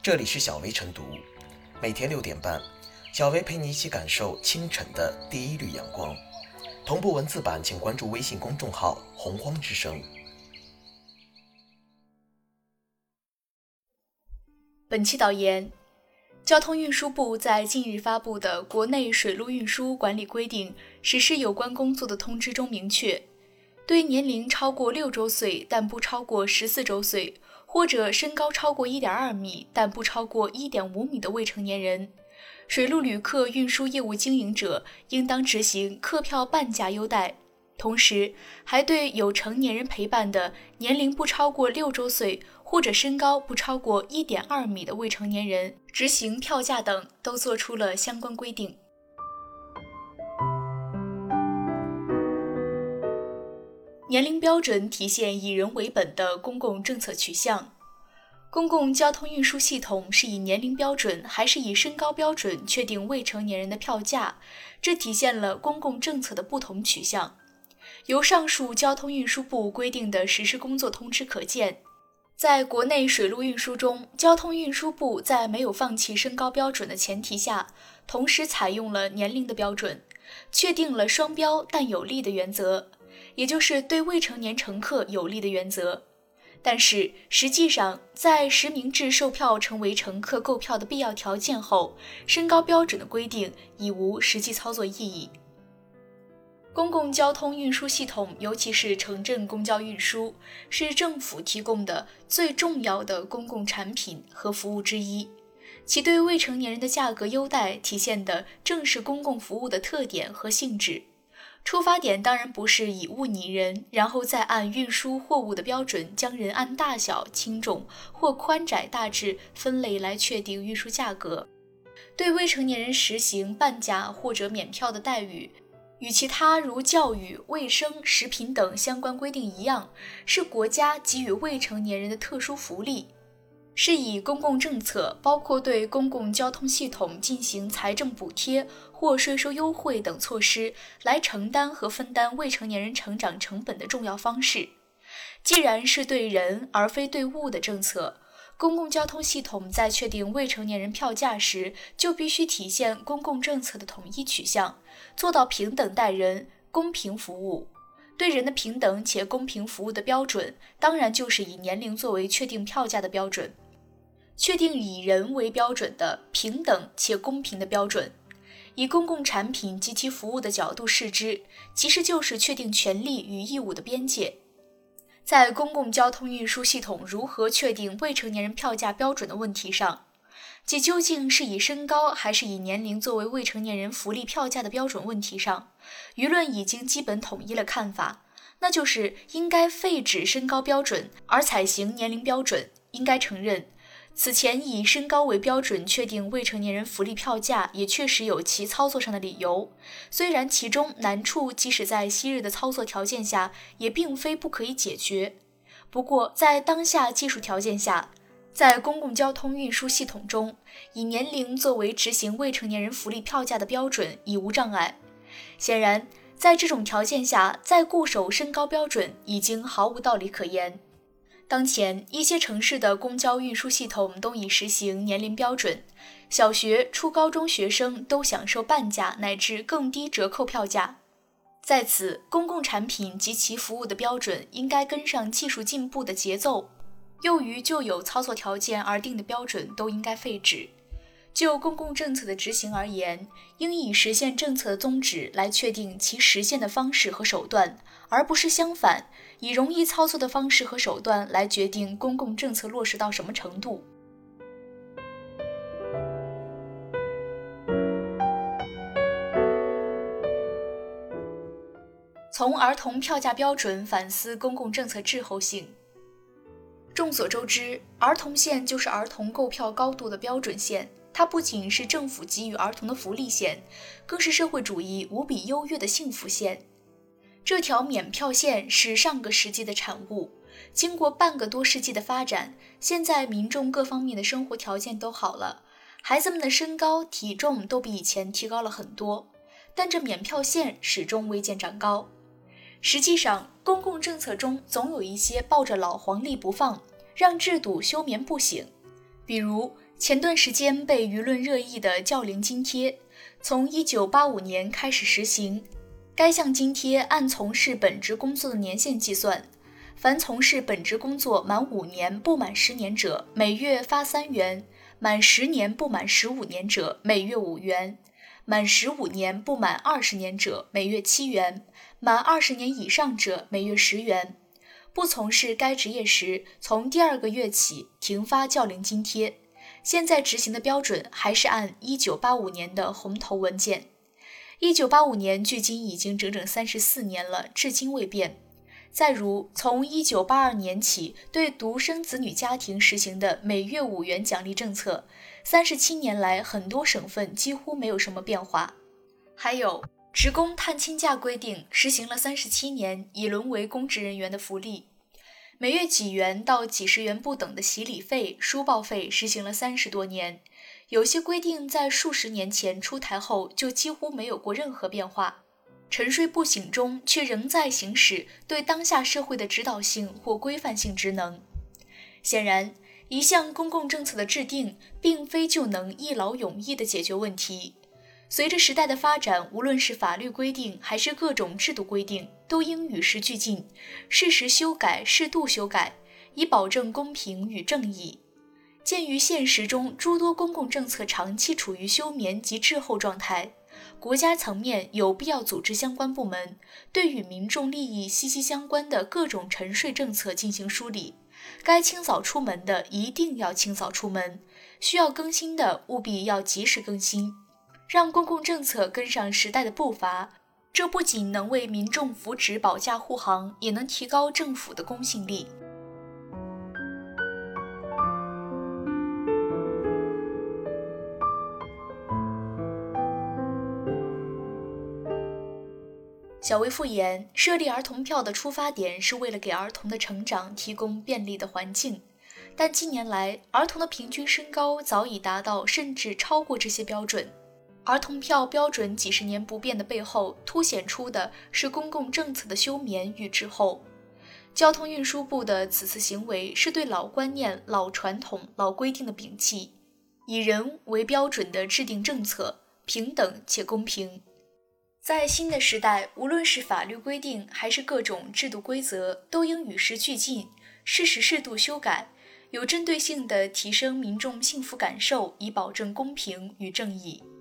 这里是小薇晨读，每天6点半，小薇陪你一起感受清晨的第一缕阳光。同步文字版请关注微信公众号洪荒之声。 本期导言：交通运输部在近日发布的《国内水路运输管理规定》实施有关工作的通知中明确，对年龄超过6周岁但不超过14周岁，或者身高超过 1.2 米但不超过 1.5 米的未成年人，水路旅客运输业务经营者应当执行客票半价优待，同时还对有成年人陪伴的年龄不超过6周岁或者身高不超过 1.2 米的未成年人执行票价等都做出了相关规定。年龄标准体现以人为本的公共政策取向。公共交通运输系统是以年龄标准还是以身高标准确定未成年人的票价，这体现了公共政策的不同取向。由上述交通运输部规定的实施工作通知可见，在国内水路运输中，交通运输部在没有放弃身高标准的前提下，同时采用了年龄的标准，确定了双标但有利的原则，也就是对未成年乘客有利的原则。但是实际上，在实名制售票成为乘客购票的必要条件后，身高标准的规定已无实际操作意义。公共交通运输系统，尤其是城镇公交运输，是政府提供的最重要的公共产品和服务之一，其对未成年人的价格优待体现的正是公共服务的特点和性质。出发点当然不是以物拟人，然后再按运输货物的标准将人按大小、轻重或宽窄大致分类来确定运输价格。对未成年人实行半价或者免票的待遇，与其他如教育、卫生、食品等相关规定一样，是国家给予未成年人的特殊福利，是以公共政策，包括对公共交通系统进行财政补贴或税收优惠等措施来承担和分担未成年人成长成本的重要方式。既然是对人而非对物的政策，公共交通系统在确定未成年人票价时，就必须体现公共政策的统一取向，做到平等待人、公平服务。对人的平等且公平服务的标准，当然就是以年龄作为确定票价的标准。确定以人为标准的平等且公平的标准，以公共产品及其服务的角度视之，其实就是确定权利与义务的边界。在公共交通运输系统如何确定未成年人票价标准的问题上，即究竟是以身高还是以年龄作为未成年人福利票价的标准问题上，舆论已经基本统一了看法，那就是应该废止身高标准，而采行年龄标准。应该承认，此前以身高为标准确定未成年人福利票价也确实有其操作上的理由，虽然其中难处即使在昔日的操作条件下也并非不可以解决。不过在当下技术条件下，在公共交通运输系统中，以年龄作为执行未成年人福利票价的标准已无障碍。显然，在这种条件下，再固守身高标准已经毫无道理可言。当前一些城市的公交运输系统都已实行年龄标准，小学、初高中学生都享受半价乃至更低折扣票价。在此，公共产品及其服务的标准应该跟上技术进步的节奏，由于就有操作条件而定的标准都应该废止。就公共政策的执行而言，应以实现政策的宗旨来确定其实现的方式和手段，而不是相反，以容易操作的方式和手段来决定公共政策落实到什么程度。从儿童票价标准反思公共政策滞后性。众所周知，儿童线就是儿童购票高度的标准线，它不仅是政府给予儿童的福利线，更是社会主义无比优越的幸福线。这条免票线是上个世纪的产物，经过半个多世纪的发展，现在民众各方面的生活条件都好了，孩子们的身高、体重都比以前提高了很多，但这免票线始终未见长高。实际上，公共政策中总有一些抱着老黄历不放，让制度休眠不醒。比如前段时间被舆论热议的教龄津贴，从1985年开始实行。该项津贴按从事本职工作的年限计算，凡从事本职工作满5年不满10年者，每月发3元；满10年不满15年者，每月5元；满15年不满20年者，每月7元；满20年以上者，每月10元。不从事该职业时，从第2个月起停发教龄津贴。现在执行的标准还是按1985年的红头文件。1985年距今已经整整34年了，至今未变。再如，从1982年起对独生子女家庭实行的每月5元奖励政策，37年来很多省份几乎没有什么变化。还有，职工探亲假规定实行了37年，已沦为公职人员的福利。每月几元到几十元不等的洗礼费、书报费实行了30多年，有些规定在数十年前出台后就几乎没有过任何变化，沉睡不醒中却仍在行使对当下社会的指导性或规范性职能。显然，一项公共政策的制定并非就能一劳永逸地解决问题。随着时代的发展，无论是法律规定还是各种制度规定，都应与时俱进，适时修改、适度修改，以保证公平与正义。鉴于现实中诸多公共政策长期处于休眠及滞后状态，国家层面有必要组织相关部门，对与民众利益息息相关的各种沉睡政策进行梳理。该清早出门的一定要清早出门，需要更新的务必要及时更新。让公共政策跟上时代的步伐，这不仅能为民众福祉保驾护航，也能提高政府的公信力。小微复言，设立儿童票的出发点是为了给儿童的成长提供便利的环境，但近年来，儿童的平均身高早已达到甚至超过这些标准。儿童票标准几十年不变的背后，凸显出的是公共政策的休眠与滞后。交通运输部的此次行为是对老观念、老传统、老规定的摒弃，以人为标准的制定政策，平等且公平。在新的时代，无论是法律规定还是各种制度规则，都应与时俱进，适时适度修改，有针对性地提升民众幸福感受，以保证公平与正义。